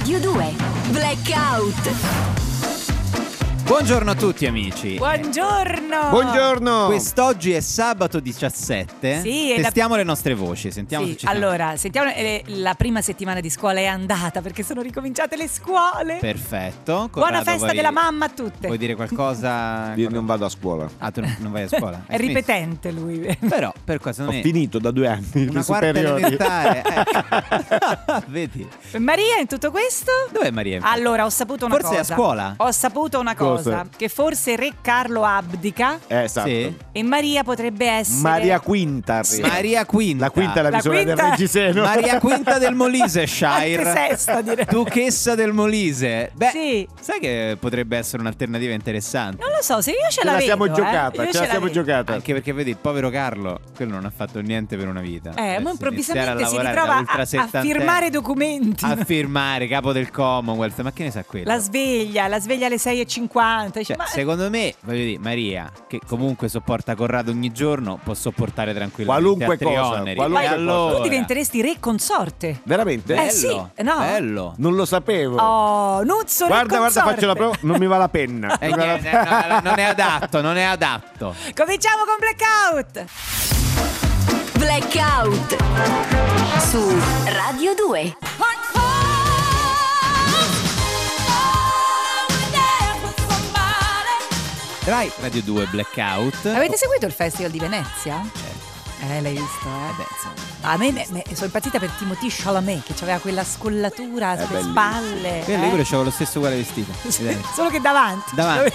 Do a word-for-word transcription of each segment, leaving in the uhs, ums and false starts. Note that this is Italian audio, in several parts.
Radio due Blackout. Buongiorno a tutti amici. Buongiorno. Buongiorno. Quest'oggi è sabato diciassette. Sì, Testiamo la... le nostre voci. Sentiamo sì, se ci siamo. allora, sentiamo eh, la prima settimana di scuola è andata perché sono ricominciate le scuole. Perfetto. Corrado, Buona festa vuoi... della mamma a tutte. Vuoi dire qualcosa? Io non vado a scuola. Ah, tu non, non vai a scuola? È ripetente lui. Però per cosa non Ho è finito da due anni. una le quarta superiori. elementare. Eh. Vedi? Maria in tutto questo? Dov'è Maria? infatti? Allora, ho saputo una Forse è cosa. a scuola? Ho saputo una cosa, Cosa? che forse Re Carlo abdica Eh, esatto. Sì. e Maria potrebbe essere Maria Quinta arriva. Maria Quinta. La quinta è la, La misura quinta- del Reggiseno. Maria Quinta del anche Moliseshire. sesta, direi. Duchessa del Molise. Beh, Sì. sai che potrebbe essere un'alternativa interessante. Non lo so, se io ce, Ce la la vedo, siamo eh. giocata, Io ce la siamo vedo. giocata. Anche perché vedi, il povero Carlo, quello non ha fatto niente per una vita. Eh, ma Adesso improvvisamente iniziare a si lavorare ritrova da a, ultra a settantenne, firmare documenti. a firmare capo del Commonwealth. Ma che ne sa quello? La sveglia, la sveglia alle sei e cinquanta. Dice, Cioè, ma secondo me, voglio dire, Maria, che comunque sopporta Corrado ogni giorno, può sopportare tranquillamente Qualunque altri cosa, oneri. qualunque E cosa. allora, tu diventeresti re consorte. Veramente? bello, Eh sì, no. bello. Non lo sapevo. Oh, Nuzzo re guarda, guarda, consorte. faccio la prova. Non mi va la penna. Eh, Non mi va la- niente, no, non è adatto, non è adatto. Cominciamo con Blackout. Blackout su Radio due. Rai Radio due Blackout. Avete seguito il Festival di Venezia? Eh, l'hai visto, eh? Eh beh, insomma. A me, me- me- sono impazzita per Timothée Chalamet che aveva quella scollatura sulle bellissimo. spalle. Quello eh? io c'avevo lo stesso uguale vestito. Vedete? Solo che davanti. Davanti.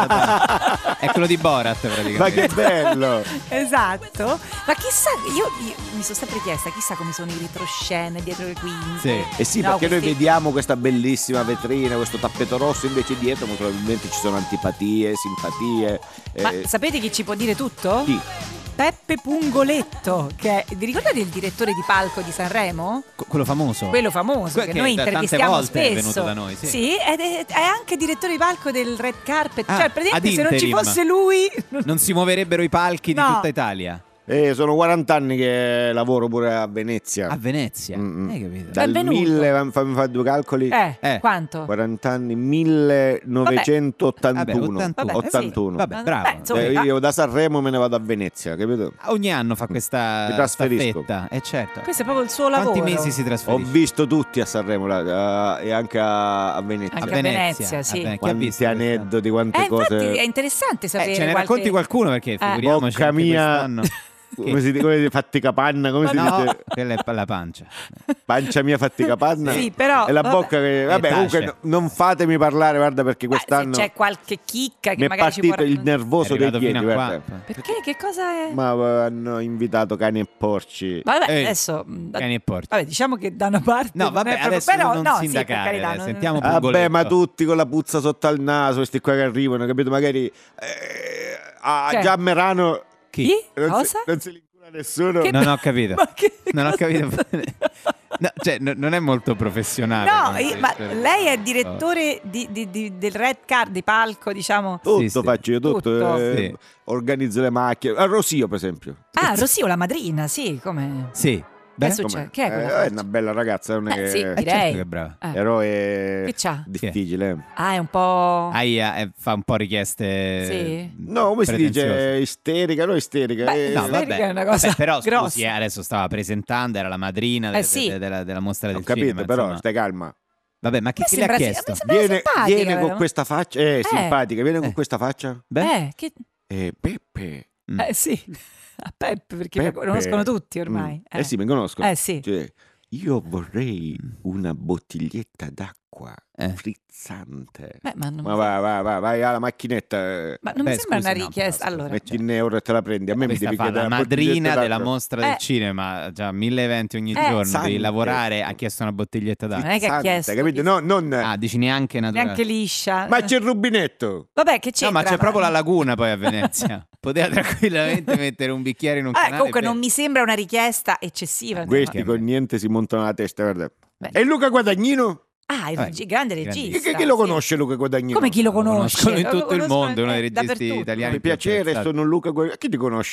È quello di Borat praticamente. Ma che bello. Esatto. Ma chissà, io, io mi sono sempre chiesta, chissà come sono i retroscene dietro le quinte. Sì. Eh sì, No, perché noi questi- vediamo questa bellissima vetrina, questo tappeto rosso, invece dietro molto probabilmente ci sono antipatie, simpatie. Ma eh, sapete chi ci può dire tutto? chi? Peppe Pungoletto, che è- vi ricordate il direttore di palco di Sanremo? Que- quello famoso. Quello famoso Que- che, che noi da- tante intervistiamo volte è spesso. venuto da noi, sì. ed è, è anche direttore di palco del Red Carpet. Ah, cioè, praticamente ad se non ci interim. fosse lui. Non si muoverebbero i palchi di No. tutta Italia. Eh, sono quaranta anni che lavoro pure a Venezia. A Venezia. Mm-mm. Hai capito? Dal Benvenuto. mille, fammi fare due calcoli. Eh, Eh. quanto? quaranta anni, millenovecentottantuno. Vabbè, Vabbè, ottantuno. Vabbè, Ma- bravo. beh, insomma, Eh, ah, io da Sanremo me ne vado a Venezia, capito? Ogni anno fa questa Mi trasferisco. staffetta. Eh certo. questo è proprio il suo lavoro. Quanti mesi si Ho trasferisce? visto tutti a Sanremo là, eh, e anche a, a Venezia. Anche a Venezia, sì. A Vene- chi ha Quanti visto questa- aneddoti, quante Eh, infatti cose. è interessante sapere Eh, ce ne qualche- racconti qualcuno perché figuriamoci Bocca anche mia. quest'anno. Come si dice? Come si dice? Fatti capanna, come si No, dice? quella è la pancia. Pancia mia fatti capanna. Sì, però, E la vabbè. bocca che. Vabbè, tace. comunque no- non fatemi parlare, guarda, perché Ma quest'anno se c'è qualche chicca che mi è magari ci può partito il raccontare- nervoso È dei arrivato piedi, fino a guarda. qua. Perché? Che cosa è? Ma eh, hanno invitato cani e porci. Vabbè, Ehi, adesso mh, Cani e porci. vabbè, diciamo che da una parte No, non vabbè, è proprio- adesso però, non no, sì, per sindacare, carità, eh, non- sentiamo Vabbè, Pungoletto. ma tutti con la puzza sotto al naso, questi qua che arrivano, capito? Magari eh, a Cioè? Giammerano Chi? non Cosa? si, non si li incula nessuno. Che- Non ho capito. Ma che Non ho cosa? capito. No, cioè, no- non è molto professionale. No, come io- si ma dice. lei è direttore di, di- di- del Red Card, di palco, diciamo. Tutto Sì, sì. faccio io, tutto. Tutto. eh, Sì. Organizzo le macchine. A Rosio, per esempio. Ah, Rosio, la madrina, sì, come... Sì. Che Beh, è successo? Com'è? Che è quella Eh, faccia? è una bella ragazza, non è Eh, che- sì, eh, direi. certo che è brava. Eh. Però è Che c'ha? difficile. Ah, è un po'... Aia, eh, fa un po' richieste. Sì. No, come si dice? pretenziose. Isterica, no isterica. Beh, eh, No, Isterica vabbè. è una cosa Vabbè, però scusi, grossa. eh, adesso stava presentando, era la madrina de- Eh, sì. de- della, della mostra ho del capito, cinema. però insomma. stai calma. Vabbè, ma chi, A me chi le ha sembra- chiesto? a me sembra Viene, simpatica, viene con vero? questa faccia, eh, simpatica, viene con Eh. questa faccia. Beh, Eh, che... Eh, Peppe. Mm. eh sì, a Peppe, perché Peppe. la conoscono tutti ormai. Mm. Eh sì, mi conoscono. Eh sì. Cioè, io vorrei una bottiglietta d'acqua Eh. frizzante. Beh, ma non, Ma vai, vai, vai, vai alla macchinetta. eh, ma non Beh, mi sembra scusi, una no, richiesta. però, allora, Metti cioè, un euro e te la prendi. A me mi questa devi fa chiedere la una bottiglietta madrina della d'acqua. mostra Eh. del cinema, già mille eventi ogni Eh. giorno, devi Sante. lavorare, ha chiesto una bottiglietta d'acqua. non è che ha Frizzante, chiesto capito? chissà. No, non... Ah, dici neanche naturale. neanche liscia. Ma c'è il rubinetto. Vabbè, che No, c'entra? ma c'è proprio la laguna poi a Venezia. Poteva tranquillamente mettere un bicchiere in un Ah, canale. comunque e non mi sembra una richiesta eccessiva. Questi insomma. con niente si montano la testa, guarda. Beh. E Luca Guadagnino? Ah, il Vabbè, regi- grande grandissimo. regista. Chi, chi lo sì. conosce Luca Guadagnino? Come chi lo Lo conosce? conoscono in Lo tutto il conoscono, mondo, è uno dei eh, registi dappertutto. italiani. Per piacere, sono Luca Guadagnino. Chi ti conosce?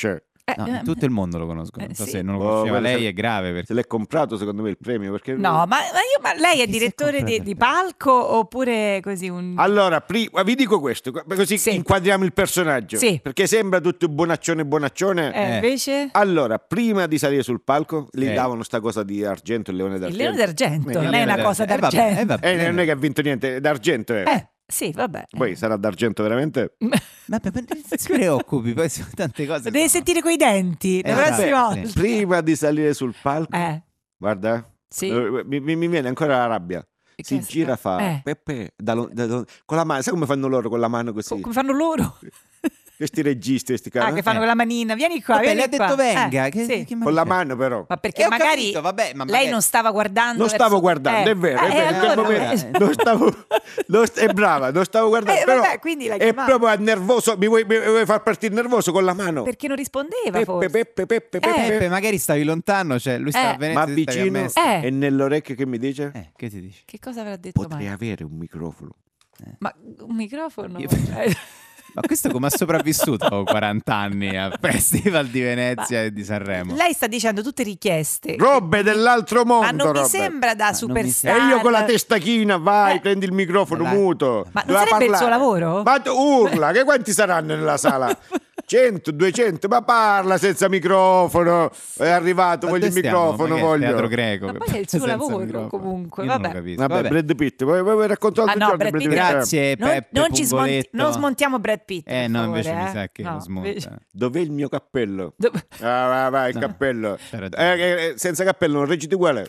Eh, No, in eh, tutto il mondo lo conosco. Non eh, so sì. se non lo Oh, conosceva quello lei se- è grave perché Se l'è comprato secondo me il premio perché... No, ma, ma io, ma lei è Chi si è direttore di, comprato di il palco oppure così un... Allora, pri- vi dico questo, così Sì. inquadriamo il personaggio. Sì. Perché sembra tutto bonaccione bonaccione. Eh, eh. invece... Allora, prima di salire sul palco, gli Sì. davano sta cosa di argento, il leone Il d'argento. leone d'argento, Eh, non il è leone una cosa d'argento. Eh, d'argento. vabbè, eh, vabbè. Eh, non è che ha vinto niente, d'argento è. Eh, sì, vabbè. Poi sarà d'argento veramente? Vabbè, ma non si preoccupi, poi sono tante cose. Devi sono- sentire coi denti la Esatto. prossima Sì. volta. Prima di salire sul palco, Eh, guarda, sì. eh, mi, mi- mi viene ancora la rabbia. Si Che- gira, fa eh. Peppe, da lo- da lo- con la mano, sai come fanno loro con la mano così? Co- come fanno loro? Questi registi, questi Ah, cani. che fanno Eh. con la manina. Vieni qua, Vabbè, vieni le ha qua. detto venga. Eh, che, sì. che Con la c'è? mano però. Ma perché Eh, ho magari capito, vabbè, ma lei magari- non stava guardando. Non verso- stavo guardando, Eh, è vero, è eh, vero, in quel allora- momento eh. non stavo, non st- è brava, non stavo guardando, Eh, però vabbè, quindi l'hai è chiamata. proprio a nervoso, mi vuoi, mi vuoi far partire nervoso con la mano? Perché non rispondeva Peppe, forse. Peppe, Peppe, Peppe, Eh, Peppe, magari stavi lontano, cioè lui stava Eh. a Venezia ma e tu stavi a vicino Mestre. Eh. e nell'orecchio che mi dice? Eh, che ti dici? Che cosa avrà detto Potrei mai? avere un microfono. Ma un microfono? Io- Eh, Ma questo come ha sopravvissuto dopo quaranta anni al Festival di Venezia e di Sanremo? Lei sta dicendo tutte richieste. Robe dell'altro mondo, Ma non mi robe. sembra da non mi superstar. E io con la testa china, vai, Eh. prendi il microfono La- muto. Ma non Doveva sarebbe il parlare. suo lavoro? Ma tu urla, che quanti saranno nella sala? cento, duecento, ma parla senza microfono. È arrivato, Ma voglio il dove stiamo? microfono, Ma che è voglio. Teatro greco. Ma che poi è il suo senza lavoro, microfono. comunque, Io non lo vabbè. capisco. Vabbè, Vabbè. Brad Pitt, vuoi, vuoi raccontare Ah, il no, giorno Brad di Pitt, Brad Pitt? Grazie Non, Peppe non ci smonti- Pungoletto. non smontiamo Brad Pitt. Eh per no, favore, invece mi eh. sa che No, lo smonta. invece- Dov'è il mio cappello? Dove- Ah, vai, vai, il No, cappello. c'ha ragione. Eh, eh, senza cappello non reciti uguale.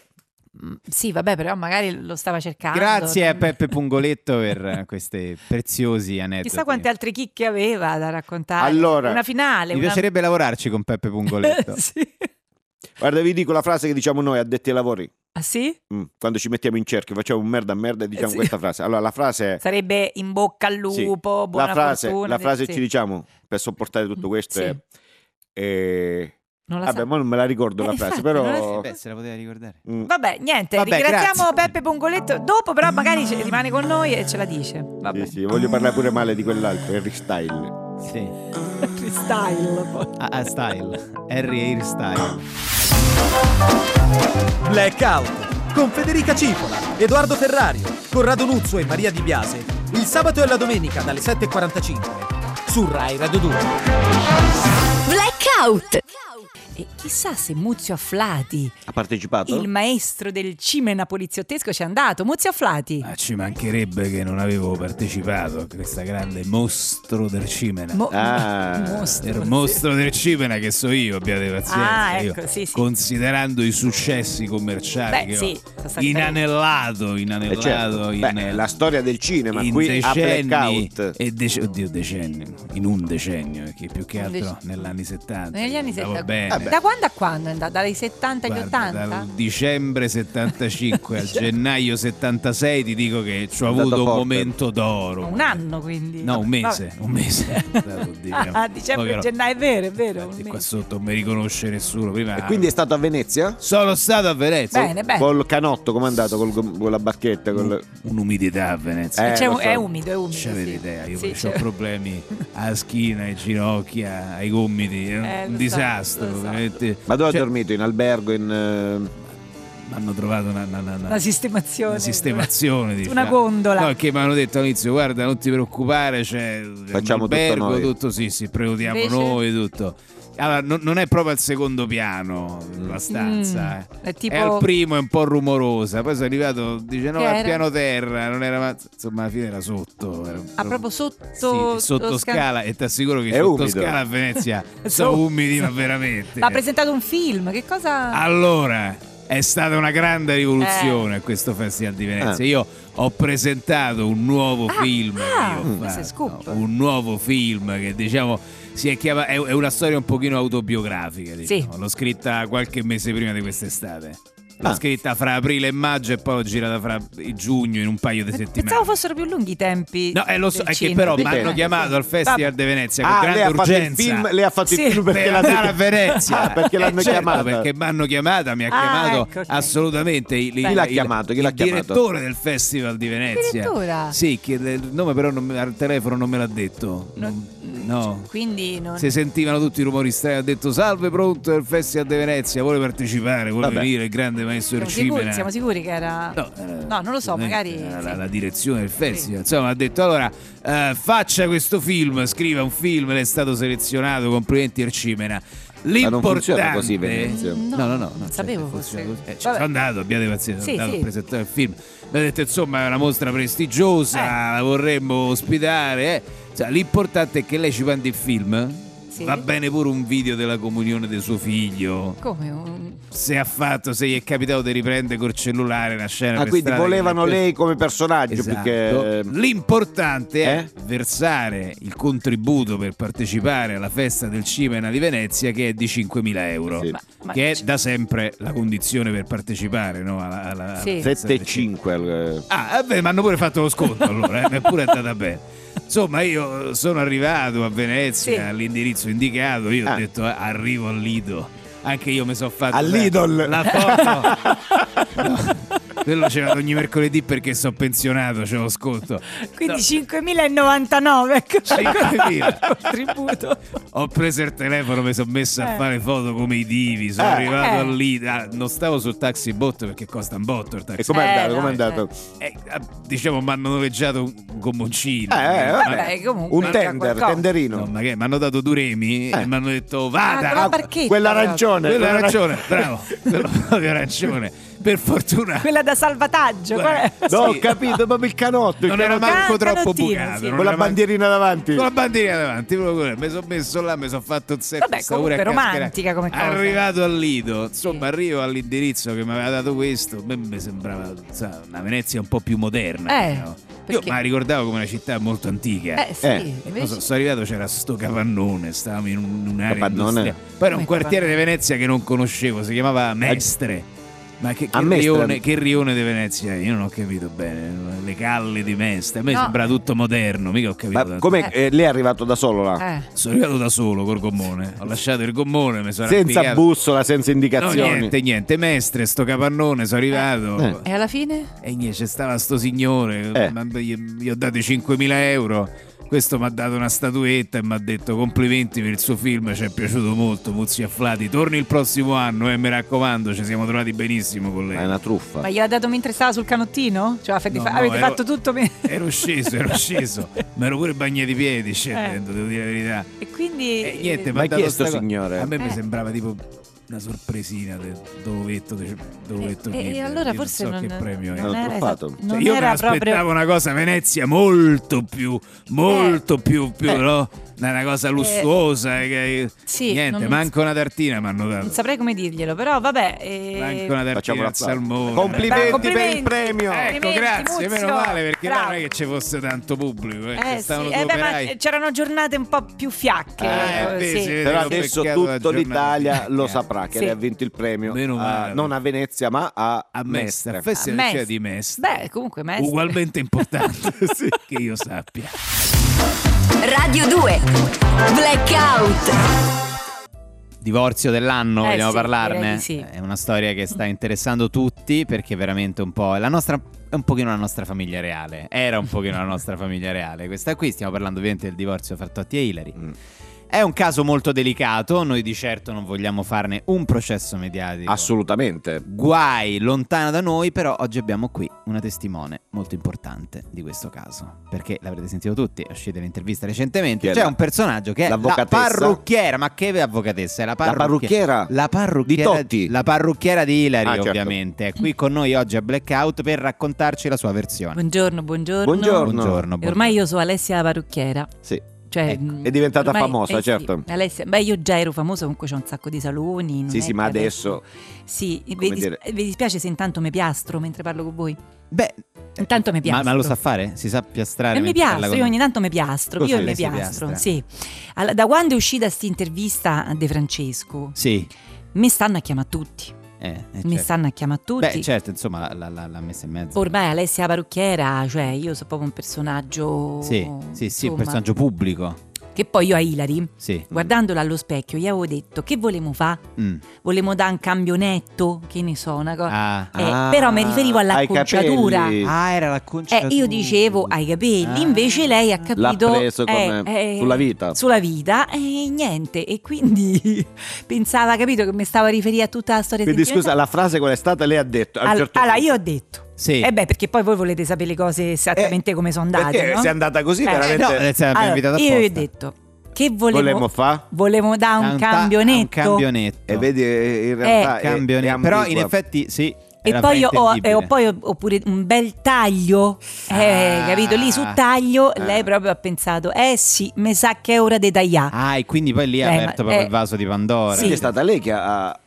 Sì, vabbè, però magari lo stava cercando. Grazie a Peppe Pungoletto per eh, questi preziosi aneddoti. Chissà quante altre chicche aveva da raccontare. Allora, una finale. Mi una... piacerebbe lavorarci con Peppe Pungoletto. Sì. Guarda, vi dico la frase che diciamo noi addetti ai lavori. Ah sì? Mm, quando ci mettiamo in cerchio, facciamo un merda a merda e diciamo Sì. questa frase. Allora, la frase è... Sarebbe in bocca al sì, lupo, buona la frase, fortuna. la frase sì. ci diciamo per sopportare tutto questo Sì. è... eh, Non la vabbè, sa. ma non me la ricordo Eh, la frase, infatti, non la però... Beh, se la poteva ricordare. mm, Vabbè, niente, Vabbè, ringraziamo grazie. Peppe Pongoletto. Dopo però magari ci- rimane con noi e ce la dice. Vabbè. sì, sì, voglio parlare pure male di quell'altro, Harry Style. Sì. Freestyle. poi. A, a style. Harry Hairstyle. Blackout con Federica Cipola, Edoardo Ferrario, Corrado Nuzzo e Maria Di Biase. Il sabato e la domenica dalle sette e quarantacinque su Rai Radio due. Blackout. E chissà se Muzio Afflati, Ha partecipato? il maestro del cinema poliziottesco, ci è andato. Muzio Afflati. Ma ci mancherebbe che non avevo partecipato a questa grande mostro del cinema. Mo- Ah. mostro, Il sì. mostro del cinema che so io, abbiate pazienza. Ah, io, ecco, sì, sì. Considerando i successi commerciali Beh, che sì, ho sono stati inanellato, Eh, inanellato certo. in, Beh, la storia del cinema in qui a decenni Blackout. e dec- oddio decenni, in un decennio, perché più che Un altro dec- negli anni settanta. Negli anni andavo settanta. bene. Da quando a quando è andato? Dai settanta agli Guarda, ottanta? dal dicembre settantacinque al gennaio settantasei ti dico che ci ho È andato avuto un forte. momento d'oro. Un anno quindi. No, un Vabbè. mese, un mese. Oddio. Ah, dicembre Poi e gennaio, è vero, è vero. un Infatti qua mese. sotto non mi riconosce nessuno. Prima E quindi è stato a Venezia? sono stato a Venezia. Bene, bene. Col canotto, come è andato? Col- con la bacchetta? Col... Un'umidità a Venezia. Eh, C'è lo un- so. È umido, è umido. C'avete sì. idea, io Sì, ho c'è- problemi alla schiena, ai ginocchia, ai gomiti, è un Eh, lo so, disastro. lo so. veramente. Ma dove Cioè, ha dormito? In albergo? In... eh, mi hanno trovato una, una- una- Una sistemazione. una sistemazione diciamo. Una gondola. No, che mi hanno detto all'inizio guarda non ti preoccupare c'è Facciamo un tutto albergo, noi. tutto sì sì prenotiamo Invece? noi tutto. Allora non, non è proprio al secondo piano la stanza, Mm, eh. è tipo- è al primo, è un po' rumorosa, poi sono arrivato dice no Che al era? piano terra, non era ma- insomma alla fine era sotto, era Ah, proprio sotto, sì, sotto lo sca- scala e ti assicuro che È sotto umido. scala a Venezia So- sono umidi ma veramente. Ha presentato un film, che cosa? Allora, è stata una grande rivoluzione questo Festival di Venezia. Ah. Io ho presentato un nuovo Ah, film. ah, che io ho questo è fatto, scoop. un nuovo film che diciamo si è chiama- è, è una storia un pochino autobiografica. Diciamo. Sì. L'ho scritta qualche mese prima di quest'estate. L'ho Ah. scritta fra aprile e maggio e poi l'ho girata fra giugno in un paio di settimane. Pensavo fossero più lunghi i tempi. No, eh, lo so, del è che cinema. però mi Dipende. hanno chiamato al Festival di Venezia con Ah, grande lei ha fatto il urgenza. film, lei ha fatto Sì. il film perché per l'hanno andare a Venezia. Ah, perché l'hanno Eh, certo, chiamata. perché mi hanno chiamata, mi ha Ah, chiamato ecco, ok. assolutamente il, Chi il- l'ha il- chiamato? Chi il l'ha chiamato? direttore del Festival di Venezia. Addirittura? Sì, che il nome però non me- al telefono non me l'ha detto. Non- No. Quindi non... Si sentivano tutti i rumori strani, ha detto salve, pronto del Festival di Venezia, vuole partecipare, vuole Vabbè. venire il grande maestro siamo, Ercimena. sicuri, siamo sicuri che era... No, era- No, non lo so, magari... era sì. la, la direzione del festival. Insomma, ha detto allora eh, faccia questo film, scriva un film, lei è stato selezionato, complimenti Ercimena. non funziona L'importante così, Venezia. No, No, no, no, no, non certo, sapevo funziona fosse- così. Eh, ci Vabbè. sono andato, abbiate pazienza, Sì, sono andato sì. a presentare il film. Mi ha detto insomma è una mostra prestigiosa, Eh. la vorremmo ospitare. eh. Cioè, l'importante è che lei ci mandi il film. Sì. Va bene pure un video della comunione di suo figlio. Come un... Se ha fatto, se gli è capitato di riprendere col cellulare una scena Ah, per quindi strada volevano che- lei come personaggio Esatto. perché L'importante è Eh? versare il contributo per partecipare alla festa del cinema di Venezia, che è di cinquemila euro, Sì. Ma- ma- che è da sempre la condizione per partecipare, no? alla, alla- alla Sì. festa sette e del cinema. cinque. Ah, vabbè, mi hanno pure fatto lo sconto allora, eh, mi è pure andata bene. Insomma, io sono arrivato a Venezia Sì. all'indirizzo indicato, io ho Ah. detto eh, arrivo al Lido. Anche io mi sono fatto All'Idol. la foto. No, quello ce l'ho ogni mercoledì perché sono pensionato, c'è lo sconto. Quindi No. cinquemilanovantanove, ecco. cinquemila. Contributo. Ho preso il telefono, mi sono messo a Eh. fare foto come i divi. Sono Eh. arrivato Eh. al Lido. Ah, non stavo sul taxi botto perché costa un botto il taxi. E com'è Eh, andato? no, Com'è andato? Eh, ah, diciamo, mi hanno noleggiato un gommoncino. Eh, eh, Ma- Vabbè, comunque... Un manca tender, qualcosa. tenderino. No, ma che mi hanno dato due remi Eh. e mi hanno detto Ah, vada. quella barchetta. Quella proprio. arancione. Quello ha quella- ragione, bravo, quello proprio ha ragione. Per fortuna Quella da salvataggio. Guarda, quella- No, ho Sì. capito, proprio il canotto. il non era canotto- manco Can- troppo canottino, bucato. sì. non Con la era man- bandierina davanti. con la bandierina davanti, proprio quello. Mi sono messo là, mi sono fatto un set. Vabbè, stavo pure a comunque cascare. romantica come cosa. Arrivato al Lido, insomma, Sì. arrivo all'indirizzo che mi aveva dato questo. A me mi sembrava sa, una Venezia un po' più moderna. Eh, diciamo. Io perché- me la ricordavo come una città molto antica. Eh sì, Eh, Non invece... so, sono arrivato, c'era sto capannone, stavamo in un- un'area Capannone? industriale. Poi era un Come quartiere di capannone? Venezia che non conoscevo, si chiamava Mestre. Ma che, che A Mestre? rione, che rione di Venezia? Io non ho capito bene. Le calle di Mestre. A me No. sembra tutto moderno, mica ho capito. Ma tanto. come eh, lei è arrivato da solo là? Eh. Sono arrivato da solo col gommone. Ho lasciato il gommone, mi sono Senza arrampicato. bussola, senza No, indicazioni. niente, niente. Mestre, sto capannone, sono arrivato. Eh. E alla fine? E niente, c'è stava sto signore, Eh. ma gli, gli ho dato i cinquemila euro. Questo mi ha dato una statuetta e mi ha detto complimenti per il suo film, ci è piaciuto molto, Muzzi Afflati. Torni il prossimo anno e mi raccomando, ci siamo trovati benissimo con Ma è lei. una truffa. Ma gliel'ha dato mentre stava sul canottino? Cioè, No, fa- no, avete ero- fatto tutto... me- Ero sceso, ero sceso. Mi ero pure bagnato i piedi scendendo, devo dire la verità. E quindi... E niente, Ma mi ha chi è dato sto sta co- signore? A me mi Eh. sembrava tipo una sorpresina del dovetto, del dovetto E, e Kinder. allora Io forse non so non, che premio è. non Hanno era, truffato. esatto, Cioè, non io mi era aspettavo proprio... una cosa Venezia molto più, molto più, più, Eh. no? Una cosa lussuosa. che- sì, niente, non- manco una tartina mi hanno dato. Non saprei come dirglielo, però vabbè... eh, Manco una Facciamo tartina un al applauso. salmone. Complimenti, Complimenti. per il premio. Ecco, Complimenti, grazie, Muzio. meno male perché là Bravo. non è che ci fosse tanto pubblico. Eh, Eh sì, stavano eh due beh, ma operai. c'erano giornate un po' più fiacche. Eh, eh, beh, sì. sì. Però Ho adesso beccato la tutta giornata. l'Italia lo Eh. saprà che Sì. lei ha vinto il premio Meno a- male. non a Venezia ma a, A Mestre, Mestre. a Festival A del Mestre. Cinema di Mestre. Beh, comunque Mestre. Ugualmente importante, sì, che io sappia. Radio due. Blackout. Divorzio dell'anno, Eh vogliamo sì, parlarne? direi di sì. È una storia che sta interessando tutti perché veramente un po' è la nostra, è un pochino la nostra famiglia reale. Era un pochino la nostra famiglia reale. Questa qui, stiamo parlando ovviamente del divorzio fra Totti e Hilary. Mm. È un caso molto delicato, noi di certo non vogliamo farne un processo mediatico. Assolutamente. Guai lontano da noi, però oggi abbiamo qui una testimone molto importante di questo caso. Perché l'avrete sentito tutti, è uscita l'intervista recentemente. Chi è C'è la- un personaggio che è la l'avvocatessa? parrucchiera. Ma che avvocatessa? È la La parrucchiera La parrucchiera di Totti. La parrucchiera di Hilary, Ah, certo. ovviamente. È qui con noi oggi a Blackout per raccontarci la sua versione. Buongiorno, buongiorno. Buongiorno. Buongiorno, E ormai io sono Alessia la parrucchiera. Sì. Cioè, Ecco, mh, è diventata ormai- famosa, eh sì, certo. Alessia, beh, io già ero famosa, comunque c'ho un sacco di saloni. non Sì, è sì, che ma adesso Sì, vi, come dis- dire- vi dispiace se intanto mi piastro mentre parlo con voi? Beh, Intanto mi ma, piastro. ma lo sa fare? Si sa piastrare? E mi mentre parla piastro, con io noi? ogni tanto mi piastro, Così, io mi lei si piastro, piastra. sì. Alla- da quando è uscita sta intervista a De Francesco, Sì. mi stanno a chiamare tutti. Eh, eh, Mi certo. stanno a chiamare tutti. Beh, certo, insomma, l'ha, l'ha, l'ha messa in mezzo. Ormai Alessia parrucchiera, cioè io sono proprio un personaggio. Sì, sì, sì, un insomma. personaggio pubblico. Che poi io a Ilari, Sì. guardandola allo specchio, gli avevo detto che volevamo fare? Mm. Volevamo dare un camionetto, che ne so, una cosa. Ah. Eh, Ah, però mi riferivo all'acconciatura. ai capelli. Ah, era Eh, l'acconciatura. io dicevo ai capelli, Ah. invece lei ha capito L'ha preso come eh, eh, sulla vita. Sulla vita e niente, e quindi pensava, capito, che mi stava a riferire a tutta la storia Quindi sentimentale. scusa, la frase qual è stata? Lei ha detto a un Al- certo allora punto. io ho detto Sì. eh beh, perché poi voi volete sapere le cose esattamente Eh, come sono andate, Perché no? sei andata così Eh, veramente? No, nel senso, abbiamo Allora, invitato io gli ho apposta. detto che volevo Volevo fa? volevo dare un, Ah, ta- campionetto un campionetto. E vedi, eh, in realtà è- Campionetto. è Però in ambigua. effetti sì. e era poi ho, ho- fraintendibile. e ho poi ho, ho pure un bel taglio, eh, Ah. capito? Lì su taglio Ah. lei proprio ha pensato, eh sì, mi sa che è ora di tagliare. Ah, e quindi poi lì ha Eh, aperto ma- proprio eh, il vaso di Pandora. sì. Quindi è stata lei che ha...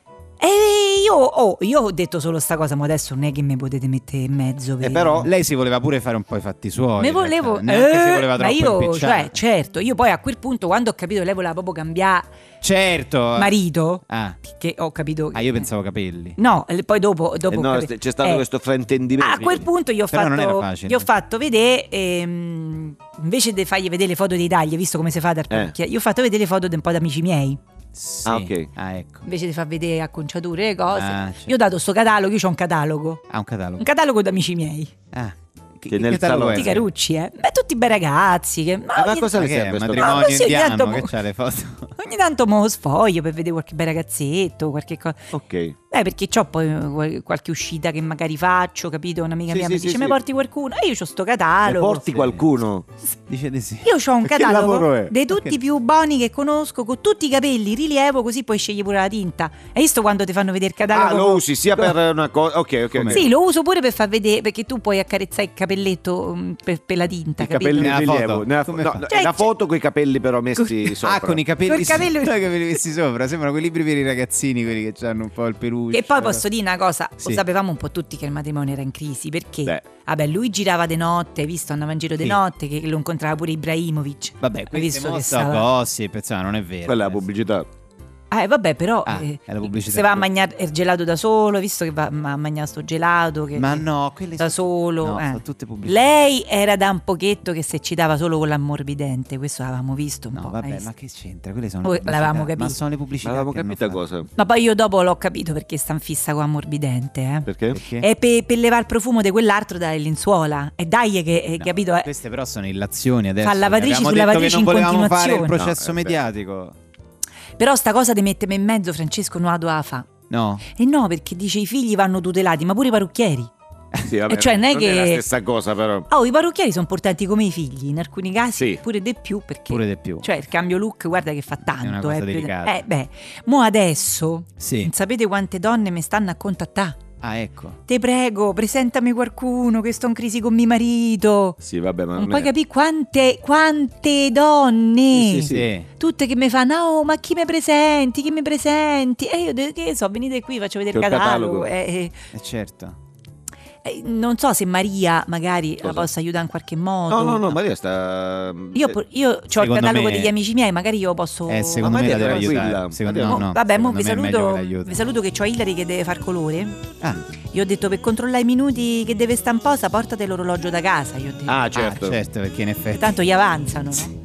E io, oh, io ho detto solo sta cosa, ma adesso non è che mi potete mettere in mezzo. E per- però... Lei si voleva pure fare un po' i fatti suoi. Me in volevo, realtà. Neanche si eh, voleva ma troppo io, impicciare. cioè, certo, io poi a quel punto, quando ho capito che lei voleva proprio cambiare Certo. marito, Ah. che ho capito. Ah, io pensavo capelli. No, e poi dopo, dopo Eh ho no, capito- c'è stato eh, questo fraintendimento. A quel punto gli ho Però non era fatto, facile. gli ho fatto vedere, ehm, invece di fargli vedere le foto dei tagli, visto come si fa dal parrucchiere, gli ho fatto vedere le foto di un po' di amici miei. Sì. Ah, ok. Ah, ecco. Invece di far vedere acconciature e cose, Ah, certo. io ho dato sto catalogo, io ho un catalogo. Ah, un catalogo. Un catalogo di amici miei. Ah. Che, Che nel catalogo salotto. è? Tutti carucci, eh. Beh, tutti bei ragazzi. Che, ma Ah, ma ogni, cosa Ma le che è, serve un sto matrimonio No, così, ogni indiano tanto che mo- c'ha le foto. ogni tanto mo sfoglio per vedere qualche bel ragazzetto, qualche cosa. Ok. Eh, perché c'ho poi qual- qualche uscita che magari faccio, capito? Un'amica Sì, mia sì, mi sì, dice: sì. mi porti qualcuno? E io c'ho sto Ne catalogo. porti qualcuno? Dice di sì. Io ho un Che lavoro catalogo è? dei tutti Perché? i più buoni che conosco, con tutti i capelli, rilievo, così puoi scegliere pure la tinta. Hai visto quando ti fanno vedere il catalogo? Ah, lo usi sia per una cosa... Ok, ok. ok. Sì, lo uso pure per far vedere, perché tu puoi accarezzare il capelletto mm, per, per la tinta, I capito? capelli in Nella rilievo. foto. Nella, Come no, fa? no, Cioè, è una cioè- foto con i capelli però messi sopra. Ah, con i capelli, Col capello- i capelli messi sopra. Sembrano quei libri per i ragazzini, quelli che hanno un po' il peluche. E poi posso dire una cosa, Sì. lo sapevamo un po' tutti che il matrimonio era in crisi, perché Beh. vabbè, lui girava di notte, hai visto, andava in giro di Sì. notte, che lo incontrava pure Ibrahimovic. Vabbè, Hai questi visto che mostra stava... gossip, insomma, non è vero. Quella è la adesso. pubblicità. Ah, eh, vabbè, però Ah, eh, è la pubblicità. se va a mangiare il gelato da solo, hai visto che va a mangiare sto gelato che, Ma che- no, quelle da sono- solo. no, eh. sono tutte pubblicità. Lei era da un pochetto che si eccitava solo con l'ammorbidente, questo l'avevamo visto un No, po'. hai vabbè, visto? ma che c'entra? Quelle sono Poi le pubblicità. l'avevamo capito. Ma sono le pubblicità. Ma avevamo che hanno capito fatto. cosa? Ma poi io dopo l'ho capito perché sta in fissa con l'ammorbidente, eh. Perché? Perché? È per, per levare il profumo di quell'altro dalle lenzuola. E dai che, eh, No, capito? eh. Queste però sono illazioni adesso. Fa lavatrici Abbiamo su detto lavatrici che non in volevamo fare il continuazione. processo No, eh, beh. mediatico. Però sta cosa di mettermi in mezzo, Francesco, non la doveva fa. No. E no, perché dice i figli vanno tutelati, ma pure i parrucchieri. Sì, vabbè, E cioè, non è che- la stessa cosa però. Oh, i parrucchieri sono importanti come i figli, in alcuni casi Sì. pure di più, perché Pure di più. cioè il cambio look, guarda che fa tanto. una cosa eh, delicata. eh, beh, mo adesso Sì. non sapete quante donne mi stanno a contattare. Ah, ecco. Te prego, presentami qualcuno che sto in crisi con mio marito. Sì, vabbè, ma Non non puoi è... capire quante, quante donne. Sì, sì, Sì. Tutte che mi fanno, oh, ma chi mi presenti, chi mi presenti? E io de- che so, venite qui, faccio vedere il C'è il catalogo. catalogo. E, Eh, certo. e- e non so se Maria magari la Cosa? possa aiutare in qualche modo. No, no, no, Maria sta... Io, po- io ho il Secondo catalogo me- degli amici miei, magari io posso... Eh, secondo Ma me la Maria deve è tranquilla. aiutare. Secondo Maria- no, Oh, no. vabbè, mo Secondo vi me è meglio che saluto, l'aiuti. vi saluto che c'ho Hilary che deve far colore. Ah, Io ho detto per controllare i minuti che deve stare in posa, portate l'orologio da casa. Io ho detto. Ah, ah, certo. certo, perché in effetti. Tanto gli avanzano, no?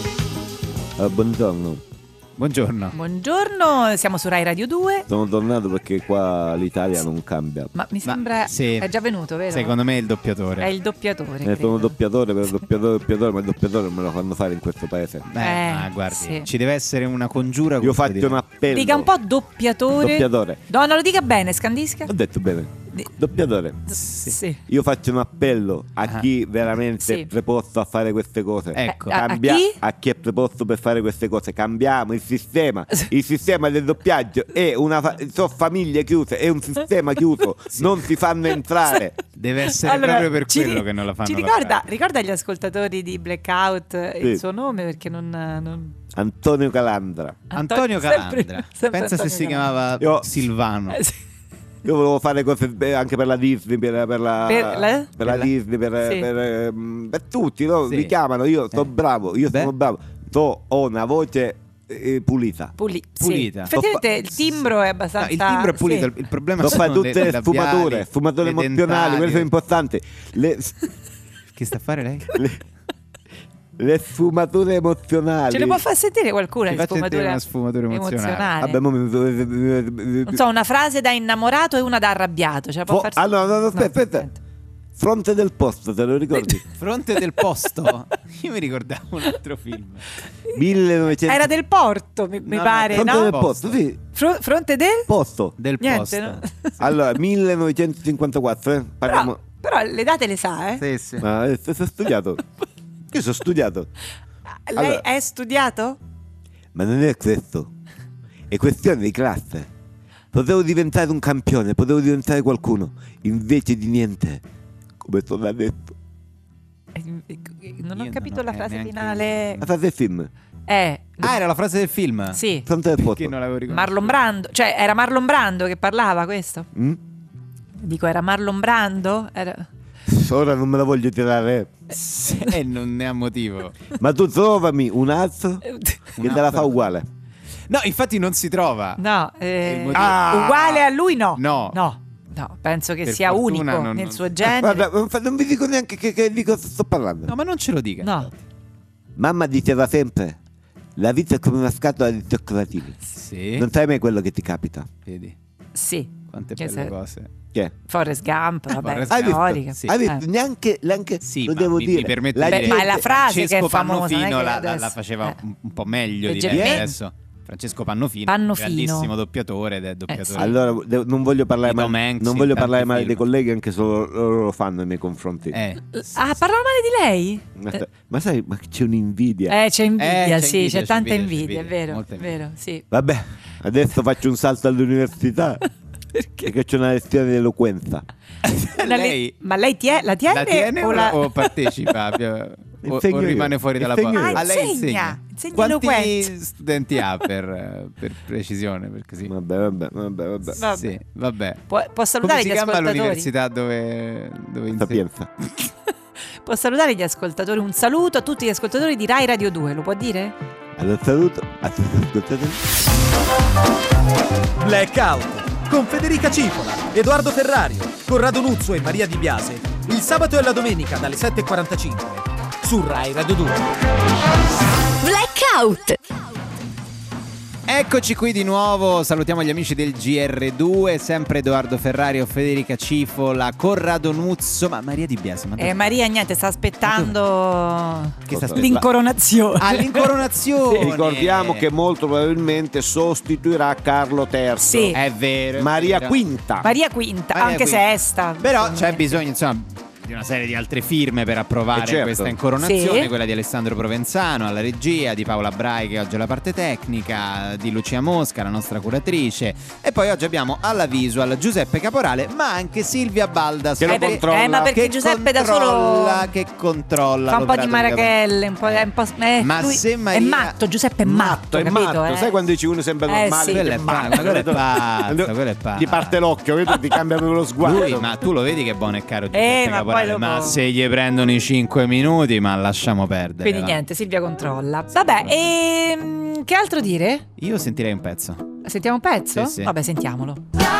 Ah, buongiorno. Buongiorno. Buongiorno, siamo su Rai Radio due. Sono tornato perché qua l'Italia non cambia. Ma mi Ma sembra sì. è già venuto, vero? Secondo me è il È doppiatore. il doppiatore. Eh, credo. sono doppiatore per doppiatore, doppiatore, ma il doppiatore non me lo fanno fare in questo paese. Beh, Eh, ma guardi, sì. ci deve essere una congiura. Io contro di faccio te. un appello. Dica un po' doppiatore. Doppiatore. No, non lo dica bene, scandisca. Ho detto bene. Di- Doppiatore. Sì. Io faccio un appello a Ah. chi veramente Sì. è preposto a fare queste cose. Ecco. Eh, a- Cambia- chi? a chi è preposto per fare queste cose. Cambiamo il sistema. Il sistema del doppiaggio è una fa- sono famiglie chiuse, è un sistema chiuso. Non si fanno entrare. Deve essere proprio per ci quello ri- che non la fanno. Ci ricorda, lavorare. ricorda agli ascoltatori di Blackout eh, Sì. il suo nome perché non. non... Antonio Calandra. Antonio sempre- Calandra. sempre Pensa se Antonio si Calandra. chiamava Io- Silvano. Eh, sì. Io volevo fare cose be- anche per la Disney, per, per la, Per la- per la Per la- Disney, per, Sì. per, ehm, per tutti, no? Sì. Mi chiamano, io sono Eh. bravo, io Beh. sono bravo. So, ho una voce eh, pulita. Puli- sì. Pulita. Effettivamente il timbro è abbastanza. No, il timbro è pulito, sì. il, il problema Lo fa sono tutte le, le sfumature, labiali, sfumature le emozionali, dentali. quelle sono importanti. Le, Che sta a fare lei? le, le sfumature emozionali. Ce le può far sentire qualcuno? Ci le faccia sentire sfumature una sfumatura emozionale. Vabbè, mo mi- mi- Non so, una frase da innamorato e una da arrabbiato. Ce la può Fo- far ah no, no, no, aspetta, No, aspetta. Fronte del posto, te lo ricordi? Fronte del posto. Io mi ricordavo un altro film. millenovecento Era del porto, mi, mi No, no, pare, Fronte no? del posto, sì. Fro- fronte del? Posto. Del Niente, posto. no? Allora, millenovecentocinquantaquattro, eh? Parliamo. Però, però le date le sa, eh? Sì, sì. Ma eh, sono studiato. Io sono studiato. Lei Allora. è studiato? Ma non è questo. È questione di classe. Potevo diventare un campione, potevo diventare qualcuno. Invece di niente. Come sono adesso. Eh, Non ho Io capito non ho la frase neanche- finale. La fase del film. Eh, Ah, era la frase del film? sì. Fronte del posto. Che non l'avevo ricordato. Marlon Brando, cioè era Marlon Brando che parlava questo? Mm? Dico, era Marlon Brando? Era... Ora non me la voglio tirare. Sì, e non ne ha motivo. Ma tu trovami un alzo che te la fa uguale. No, infatti non si trova. No, Il eh, motivo- Ah! uguale a lui no. No. No, no, penso che Per sia fortuna unico non- nel non- suo genere. Guarda, non fa- non vi dico neanche che, che di cosa sto parlando. No, ma non ce lo dica. No. Mamma diceva sempre: la vita è come una scatola di cioccolatini. Sì. Non sai mai quello che ti capita. Vedi Sì. quante Che belle se- cose. Che? Forrest Gump, vabbè, Forrest Hai visto? storica. Sì. Hai visto? Eh. Neanche, neanche Sì, lo ma devo mi, dire. mi permetto La di Beh, dire ma è la frase che è Francesco famosa, non è Pannofino che la, la- adesso- la faceva eh. un, un po' meglio di Leggermente. lei adesso. Francesco Pannofino, Pannofino. grandissimo doppiatore ed è doppiatore. sì. Allora, de- non voglio parlare Di Tom male, Hanks non in voglio tanti parlare male film. dei colleghi, anche se loro, loro lo fanno nei miei confronti. Eh, Ah, parlava male di lei? Ma, ma sai, ma c'è un'invidia. Eh, c'è invidia, Eh, c'è sì, invidia, c'è c'è tanta invidia, c'è invidia, è invidia, vero, molta è invidia. vero, sì. Vabbè, adesso faccio un salto all'università. Perché c'è una lezione di eloquenza. Una le- lei Ma lei tie- la tiene, la tiene o, o, la... o partecipa? o, o Insegno io. rimane fuori dalla Insegno porta? io. Ah, lei insegna, insegna Quanti eloquenza. studenti ha per, per precisione? Per così. Vabbè, vabbè, vabbè, vabbè. Vabbè. Sì, vabbè. Può, può salutare Come si gli chiama ascoltatori? l'università dove, dove insegna? Sapienza. Può salutare gli ascoltatori. Un saluto a tutti gli ascoltatori di Rai Radio due, lo può dire? Allora saluto a tutti gli ascoltatori. Blackout con Federica Cipola, Edoardo Ferrario, Corrado Nuzzo e Maria Di Biase. Il sabato e la domenica dalle sette e quarantacinque su Rai Radio due. Blackout. Eccoci qui di nuovo, salutiamo gli amici del G R due, sempre Edoardo Ferrario, Federica Cifola, Corrado Nuzzo, ma Maria Di Biase. Ma Eh, Maria, niente, sta aspettando che sta l'incoronazione. all'incoronazione. Ricordiamo che molto probabilmente sostituirà Carlo terzo. Sì. è vero. Maria è vero. Quinta. Maria Quinta, Maria anche Quinta. se Esta. Però secondo c'è me. bisogno, insomma, di una serie di altre firme per approvare Eh, certo. questa incoronazione, Sì. quella di Alessandro Provenzano alla regia, di Paola Brai che oggi è la parte tecnica, di Lucia Mosca, la nostra curatrice, e poi oggi abbiamo alla visual Giuseppe Caporale, ma anche Silvia Baldas Che lo Eh, per- controlla. eh, ma perché che Giuseppe da solo controlla, che controlla fa un po' di l'operato marachelle, un po', è un po', eh, Ma lui se Maria- è matto, Giuseppe è matto, è capito? matto. eh? Sai quando dici uno sembra Eh, normale? sì. Quello Che è matto. pazzo, quello è pazzo, quello è pazzo. Ti parte l'occhio, vedi? Ti cambia proprio lo sguardo. Lui, ma tu lo vedi che buono e caro Giuseppe Eh, ma Caporale, poi lo ma può- se gli prendono i cinque minuti, ma lasciamo perdere. Quindi va. niente, Silvia controlla. Vabbè, e che altro dire? Io sentirei un pezzo. Sentiamo un pezzo? Sì, sì. Vabbè, sentiamolo.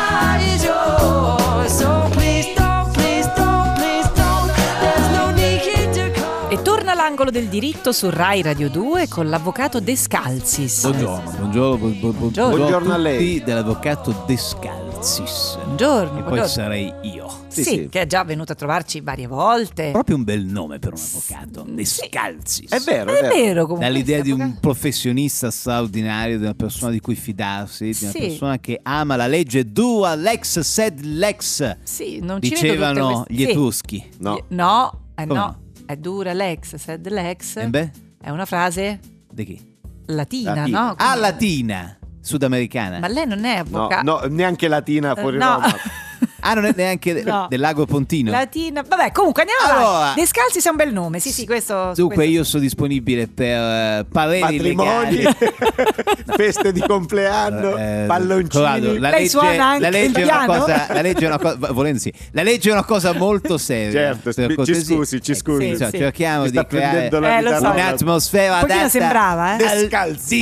E torna l'angolo del diritto su Rai Radio due con l'avvocato Descalzis. Buongiorno, buongiorno, bu- bu- bu- Buongiorno. Buongiorno a lei. tutti dell'avvocato Descalzis. Buongiorno. E poi buongiorno. sarei io. Sì, Sì, sì. che è già venuto a trovarci varie volte. Proprio un bel nome per un avvocato, Descalzis. È vero, Ma è è vero. vero comunque. Dall'idea di un avvocato- professionista straordinario, di una persona di cui fidarsi, di una Sì. persona che ama la legge dua lex sed lex, Sì, non ci vedo tutte dicevano queste- gli sì. etruschi. No. No, eh Come no. no? È dura l'ex, sed l'ex. E beh, È una frase di chi? latina, Latina. no? Ah, Quindi- latina, sudamericana. Ma lei non è No, avvocato. no, neanche latina fuori no. Roma. Ah, non è neanche de- No. del lago Pontino. Latina. Vabbè, comunque andiamo Allora. avanti. Descalzi sia un bel nome. Sì, sì, questo. Dunque questo- io sono disponibile per eh, pareri Matrimoni, legali. feste di compleanno, Eh, palloncini. Corrado, la Lei legge, suona anche la legge il è una piano? cosa, la legge è una cosa, volendo sì, la legge è una cosa molto seria. Certo, per spi- ci cortesia. scusi, ci Eh, scusi. insomma, Sì, sì. cerchiamo Mi di sta creare prendendo la Eh, lo vita so. nuova. un'atmosfera Un pochino adatta sembrava, eh. al Descalzi. diritto.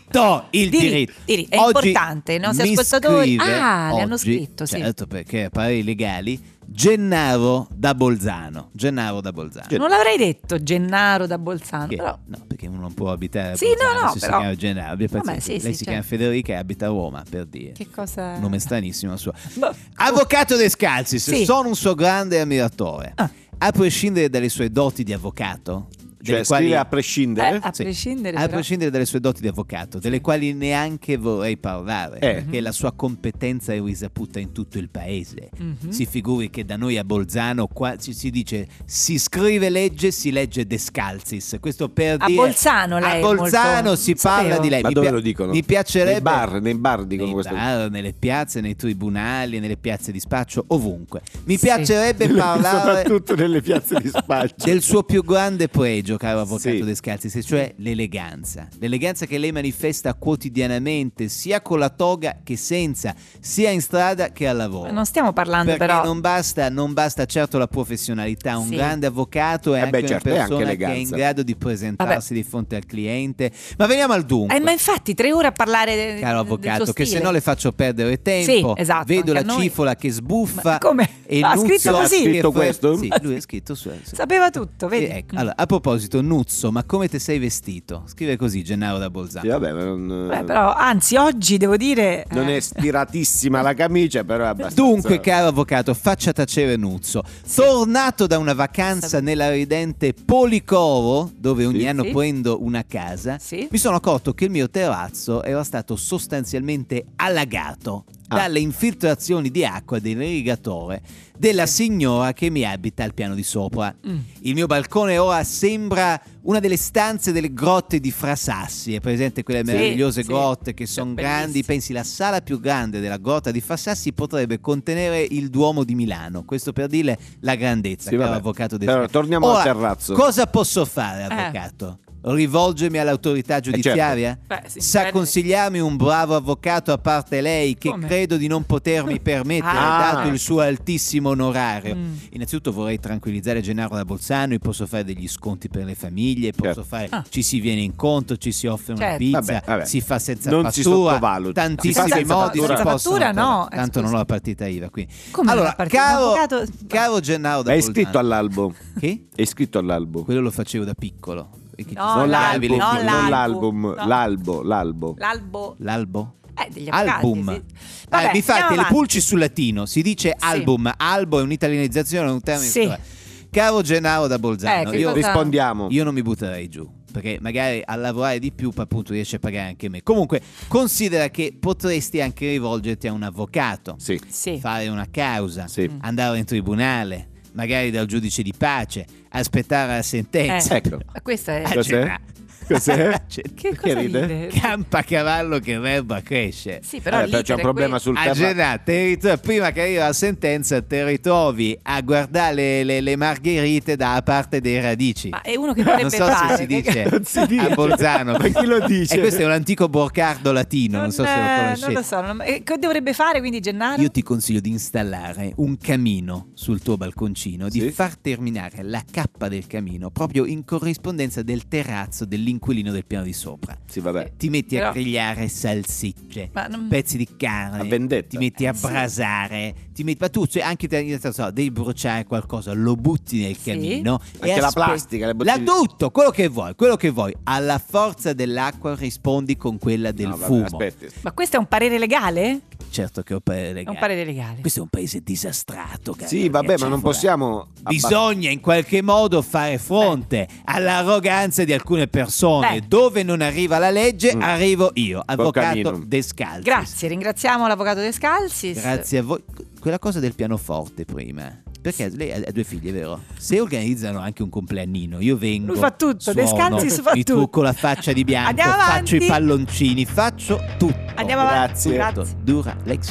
diritto, il Diri- diritto. diri- è Oggi importante, i nostri mi ascoltatori- scrive Ah, le hanno oggi, scritto, sì. certo, perché a pareri legali, Gennaro da Bolzano. Gennaro da Bolzano. Non l'avrei detto Gennaro da Bolzano, Che- però No, perché uno non può abitare a Sì, Bolzano no, no, se però- si chiama Gennaro. Abbia Vabbè, pazienza. sì, Lei sì, si chiama certo. Federica e abita a Roma, per dire. che cosa... Un nome stranissimo suo. Boh. Avvocato Descalzis, Sì. sono un suo grande ammiratore. Ah. A prescindere dalle sue doti di avvocato, Cioè delle quali- scrive a prescindere. Eh, a Sì. prescindere a però- prescindere dalle sue doti di avvocato, delle quali neanche vorrei parlare, Eh. perché la sua competenza è risaputa in tutto il paese. Mhm. Si figuri che da noi a Bolzano qua ci si dice si scrive legge, si legge Descalzis. Questo per A dire Bolzano lei a è Bolzano molto- si non parla sapevo. di lei. Ma Mi dove pia- lo dicono? Mi piacerebbe Nei bar, nei bar dicono nei questo. bar, nelle piazze, nei tribunali, nelle piazze di spaccio, ovunque. Mi Sì. piacerebbe parlare Soprattutto nelle piazze di spaccio. del suo più grande pregio, caro avvocato Sì. Descalzis, cioè l'eleganza. L'eleganza che lei manifesta quotidianamente, sia con la toga che senza, sia in strada che al lavoro. Non stiamo parlando Perché però... non basta, non basta certo la professionalità, un Sì. grande avvocato è Eh anche beh, certo, è una anche persona che è in eleganza. grado di presentarsi di fronte al cliente. Ma veniamo al dunque. Eh, ma infatti tre ore a parlare de- Caro del avvocato, suo che se stile. no le faccio perdere tempo. Sì, esatto, Vedo la anche a noi. cifola che sbuffa. Ma come? E Ha Nuzzo scritto così? che Ha scritto fa- questo? Sì, lui ha scritto su. su- Sapeva tutto, vedi? Sì, ecco. Allora, a proposito, Nuzzo, ma come te sei vestito? Scrive così, Gennaro da Bolzano. Sì, vabbè, ma non, Beh, però, anzi, oggi devo dire... non eh, è stiratissima la camicia, però è abbastanza. Dunque, caro avvocato, faccia tacere Nuzzo. Tornato da una vacanza Sape- nella ridente Policoro, dove ogni Sì. anno Sì. prendo una casa, Sì. mi sono accorto che il mio terrazzo era stato sostanzialmente allagato Ah. dalle infiltrazioni di acqua dell'irrigatore della signora che mi abita al piano di sopra. Mm. Il mio balcone ora sembra una delle stanze delle grotte di Frasassi. È presente quelle Sì, meravigliose sì. grotte che sono Bellissime. grandi? Pensi, la sala più grande della grotta di Frasassi potrebbe contenere il Duomo di Milano. Questo per dire la grandezza, Sì, caro vabbè. avvocato del Però torniamo Ora, al terrazzo. Cosa posso fare, Eh. avvocato? Rivolgermi all'autorità giudiziaria? Beh, sì, Sa bene. consigliarmi un bravo avvocato a parte lei che Come? credo di non potermi permettere, Ah. dato il suo altissimo onorario. Mm. Innanzitutto vorrei tranquillizzare Gennaro da Bolzano, io posso fare degli sconti per le famiglie, posso Certo. fare, Ah. ci si viene incontro, ci si offre una Certo. pizza, Vabbè, vabbè. si fa senza Non si fattura, sottovaluti. tantissimi Si fa senza modi fattura. si Senza possono fattura, fare. no, eh, Tanto non scusi. ho la partita I V A qui. Come allora, la partita? caro, Avvocato- caro Gennaro da È Bolzano. iscritto all'albo. Che? È iscritto all'albo. Quello lo facevo da piccolo. E che ci No, sono non labili- l'album, no, non l'album. l'album, No. l'albo, l'albo. L'albo... L'albo? Eh, degli avvocati, Album. sì. Eh, Vabbè, mi fate andiamo le avanti. pulci sul latino, si dice album, albo è un'italianizzazione, è un termine. Sì. Caro Gennaro da Bolzano, Eh, che io, cosa- Rispondiamo. io non mi butterei giù, perché magari a lavorare di più appunto riesce a pagare anche me. Comunque, considera che potresti anche rivolgerti a un avvocato, Sì. Sì. fare una causa, Sì. andare in tribunale, magari dal giudice di pace, aspettare la sentenza. Eh. Ecco. Ma Questo è... Ah, Cos'è? Gennaro. Cos'è? Cioè, Che Perché cosa ride? ride? Campacavallo che verba cresce. Sì, però Eh, l'iter c'è un è problema quello. sul A terrazzo. Genà, te ritro- prima che arriva la sentenza te ritrovi a guardare le, le- le margherite da parte dei radici. Ma è uno che dovrebbe non so fare. se si che- dice, Non si dice. a Bolzano. Ma chi lo dice? E questo è un antico borcardo latino, non, so se lo eh, conoscete. non lo so. non- eh, Che dovrebbe fare quindi Gennaro? Io ti consiglio di installare un camino sul tuo balconcino, di Sì. far terminare la cappa del camino proprio in corrispondenza del terrazzo dell'inquilino del piano di sopra. Sì, vabbè. Ti metti Però- a grigliare salsicce, Ma non- pezzi di carne, A vendetta. ti metti a Sì. brasare, ti metti, ma tu cioè, anche te, non so, devi bruciare qualcosa, lo butti nel Sì. camino e Anche la aspetti- plastica, le la bottiglie- tutto, quello che vuoi, quello che vuoi. Alla forza dell'acqua rispondi con quella del No, vabbè, fumo. aspetti. Ma questo è un parere legale? Certo che ho parere È legale. un parere legale. Questo è un paese disastrato, caro Sì, vabbè, ma non Ciafola. possiamo. Bisogna in qualche modo fare fronte all'arroganza di alcune persone. Beh. Dove non arriva la legge, Mm. arrivo io, avvocato camino. Descalzis. Grazie, ringraziamo l'avvocato Descalzis. Grazie a voi. Quella cosa del pianoforte prima. Perché lei ha ha due figli, vero? Se organizzano anche un compleannino, io vengo. Lui fa tutto, suono, Descalzis fa mi tutto. trucco la faccia di bianco, Andiamo faccio avanti. i palloncini, faccio tutto. Andiamo avanti. Grazie. Grazie. Dura l'ex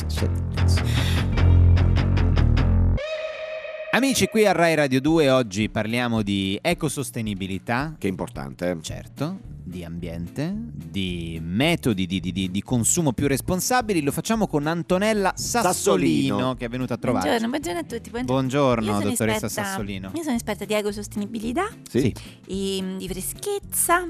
Amici, qui a Rai Radio due oggi parliamo di ecosostenibilità, Che è importante. eh. certo, di ambiente, di metodi di, di- di- di consumo più responsabili. Lo facciamo con Antonella Sassolino, Sassolino. che è venuta a trovarci. Buongiorno, buongiorno a tutti. Buongiorno. Buongiorno, Io sono dottoressa esperta- Sassolino. Io sono esperta di ecosostenibilità Sì. e mm, di freschezza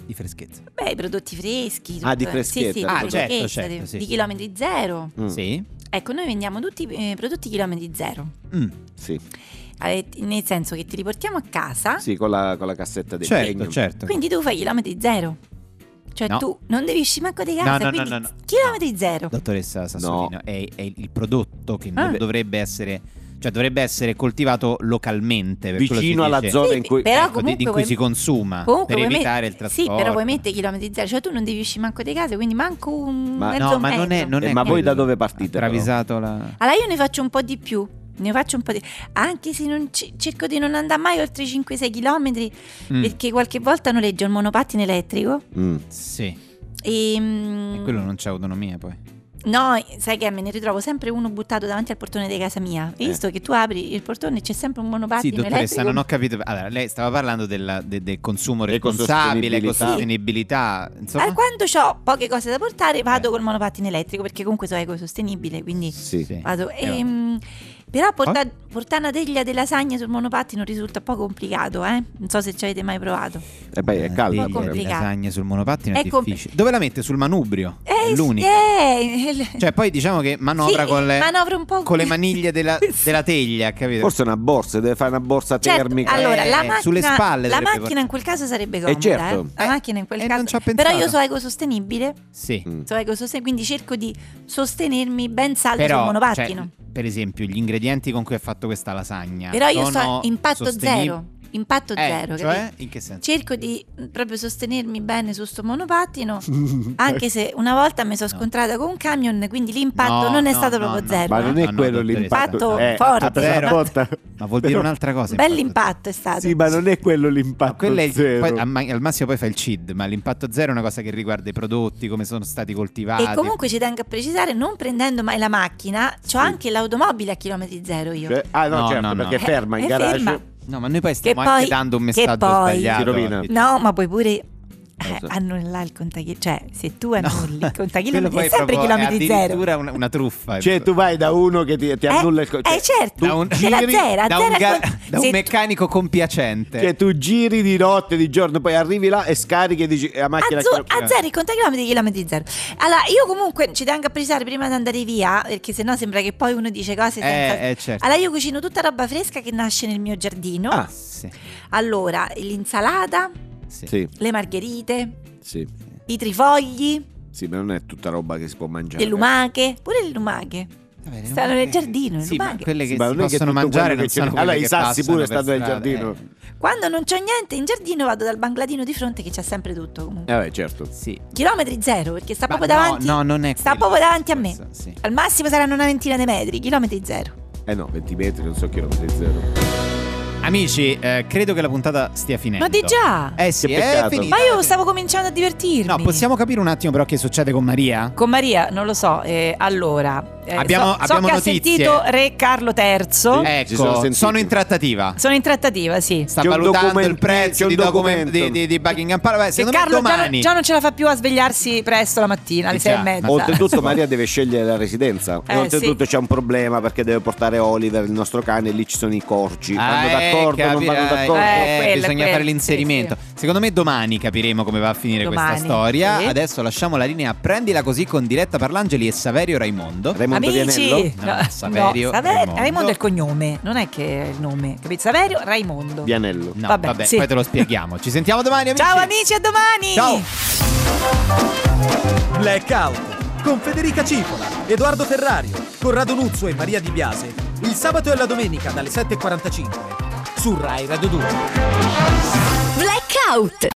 di freschezza. Beh, i prodotti freschi. Ah, di tutto- freschezza. Sì, sì, Ah, di certo, freschezza, certo, di, sì, di sì. chilometri zero. Mm. Sì. Ecco, noi vendiamo tutti i prodotti chilometri zero. Mm. Sì, Eh, nel senso che ti riportiamo a casa, sì, con la, con la cassetta del Certo, legno. certo. quindi tu fai chilometri zero. Cioè No. tu non devi uscire manco di casa, No, no, no, quindi no, no. chilometri zero. Dottoressa Sassolino, è, è il prodotto che Ah. non dovrebbe essere, cioè dovrebbe essere coltivato localmente, per quello si Vicino alla dice, zona Sì, in cui... però ecco, di- comunque in cui vuoi- si consuma Comunque per vuoi evitare met- il trasporto. Sì, però puoi mettere chilometri zero, cioè tu non devi uscire manco di casa, quindi manco un Ma- mezzo No, ma non è, metro. non Eh, è ma voi quello. da dove partite, Ha però? travisato la... Allora io ne faccio un po' di più. Ne faccio un po' di anche se non ci- cerco di non andare mai oltre i cinque sei chilometri, Mm. perché qualche volta noleggio il monopattino elettrico Mm. Sì, e, mm, e quello non c'è autonomia poi. no, sai che me ne ritrovo sempre uno buttato davanti al portone di casa mia. Hai Eh. visto che tu apri il portone e c'è sempre un monopattino Sì, dottoressa, elettrico? non ho capito. Allora, lei stava parlando della- de- del consumo responsabile, Ecosostenibilità. ecosostenibilità, insomma. Allora, quando ho poche cose da portare vado col monopattino elettrico, perché comunque sono ecosostenibile, quindi Sì. Sì. vado. Eh, Ehm, però porta- portare una teglia di lasagne sul monopattino risulta poco complicato, eh? Non so se ci avete mai provato. E poi è caldo. Teglia po' di complicato. lasagne sul monopattino è, È compl- difficile. Dove la mette? Sul manubrio? Eh, è l'unica. eh, il- Cioè, poi diciamo che manovra sì, con, le, manovra un po' con le maniglie della, Sì. della teglia, capito? Forse una borsa, deve fare una borsa Certo, termica. allora, la Eh, macchina, sulle spalle la dovrebbe macchina in quel caso sarebbe comoda, certo. eh. La Eh, macchina in quel e caso. non ci ha Però pensato. io sono ecosostenibile, Sì. Mm. sono ecosostenibile, quindi cerco di sostenermi ben saldo Però, sul monopattino. cioè, per esempio, gli ingredienti con cui è fatto questa lasagna. Però io sono sto impatto sostenib- zero, impatto Eh, zero, cioè, capito? in che senso? Cerco di mm, proprio sostenermi bene su sto monopattino, anche se una volta mi sono No. scontrata con un camion, quindi l'impatto No, non è no, stato no, proprio no. zero. Ma eh. non è No, no, quello dottoressa. l'impatto. Impatto forte. a presa Però- botta. Ma vuol dire Però- un'altra cosa. Bell'impatto è stato. Sì, ma non è quello Ma l'impatto quello è il- zero. poi, al ma- al massimo poi fa il C I D, ma l'impatto zero è una cosa che riguarda i prodotti, come sono stati coltivati. E comunque ci tengo a precisare, non prendendo mai la macchina, c'ho anche l'automobile a chilometri zero io. Cioè- ah no, No, certo, no, no. perché è ferma in È garage. ferma. No, ma noi poi stiamo Che anche poi- dando un che messaggio poi- sbagliato. Si rovina. oggi. No, ma puoi pure eh, Cosa? annullare il contachilometri. Cioè, se tu annulli il Quello contachilometri poi è sempre proprio chilometri è zero. addirittura una, una truffa. Cioè tu vai da uno che ti, ti Eh, annulla il co- cioè, eh, certo, da un, ce la giri- zera, da zera un, ga- con- da un se tu- meccanico compiacente. Cioè tu giri di notte, di giorno, poi arrivi là e scarichi e dici e la macchina... A, zu- a zero il contachilometri chilometri zero. Allora, io comunque ci tengo a precisare prima di andare via, perché sennò sembra che poi uno dice cose senza. Eh, eh, certo. Allora, io cucino tutta roba fresca che nasce nel mio giardino. Ah, Sì, Allora, l'insalata, sì. sì, le margherite, sì, i trifogli, sì, ma non è tutta roba che si può mangiare. le lumache, pure le lumache. Va bene, Stanno non- nel giardino, le Sì, ma lumache. quelle che Sì, ma si non è che possono tutto mangiare quello non che sono c'è- quelle allora, che i sassi passano pure per stanno nel strada, giardino. eh. Quando non c'ho niente in giardino vado dal bangladino di fronte che c'ha sempre tutto comunque. Eh beh, certo. Sì. Chilometri zero, perché sta Ma proprio no, davanti. no, non è sta quello, proprio davanti a me. questo, sì. Al massimo saranno una ventina di metri, chilometri zero. Eh no, venti metri, non so chilometri zero. Amici, eh, credo che la puntata stia finendo. Ma di già? Eh sì, Che è peccato. finita. Ma io stavo cominciando a divertirmi. No, possiamo capire un attimo però che succede con Maria? Con Maria, non lo so. eh, allora, eh, Abbiamo- so, so abbiamo che notizie. ha sentito Re Carlo terzo. Sì. ci sono Ecco, sentiti. sono in trattativa. Sono in trattativa, sì. Sta C'è un valutando documento- il prezzo c'è un di, document- documento. di, di, di Buckingham Palace. Beh, Che secondo me Carlo già, domani. già non ce la fa più a svegliarsi presto la mattina, alle Eh sei già, e mezza. ma- Oltretutto Maria deve scegliere la residenza. Eh, e oltretutto sì. c'è un problema perché deve portare Oliver, il nostro cane, e lì ci sono i corci. Ah, Vanno eh, d'accordo, non vanno capirai. d'accordo. Eh, quello, bisogna quello, fare l'inserimento. sì, Secondo me domani capiremo come va a finire questa Domani, storia. sì. Adesso lasciamo la linea, prendila così con Diletta Parlangeli e Saverio Raimondo. Raimondo Amici, Vianello? No, Saverio no, Saver- Raimondo. Raimondo è il cognome, non è che è il nome, capito? Saverio Raimondo. Vianello. No, Vabbè, vabbè, sì. poi te lo spieghiamo. Ci sentiamo domani, amici. Ciao amici, a domani! Ciao. Blackout con Federica Cipola, Edoardo Ferrario, Corrado Nuzzo e Maria Di Biase. Il sabato e la domenica dalle sette e quarantacinque su Rai Radio due. Blackout.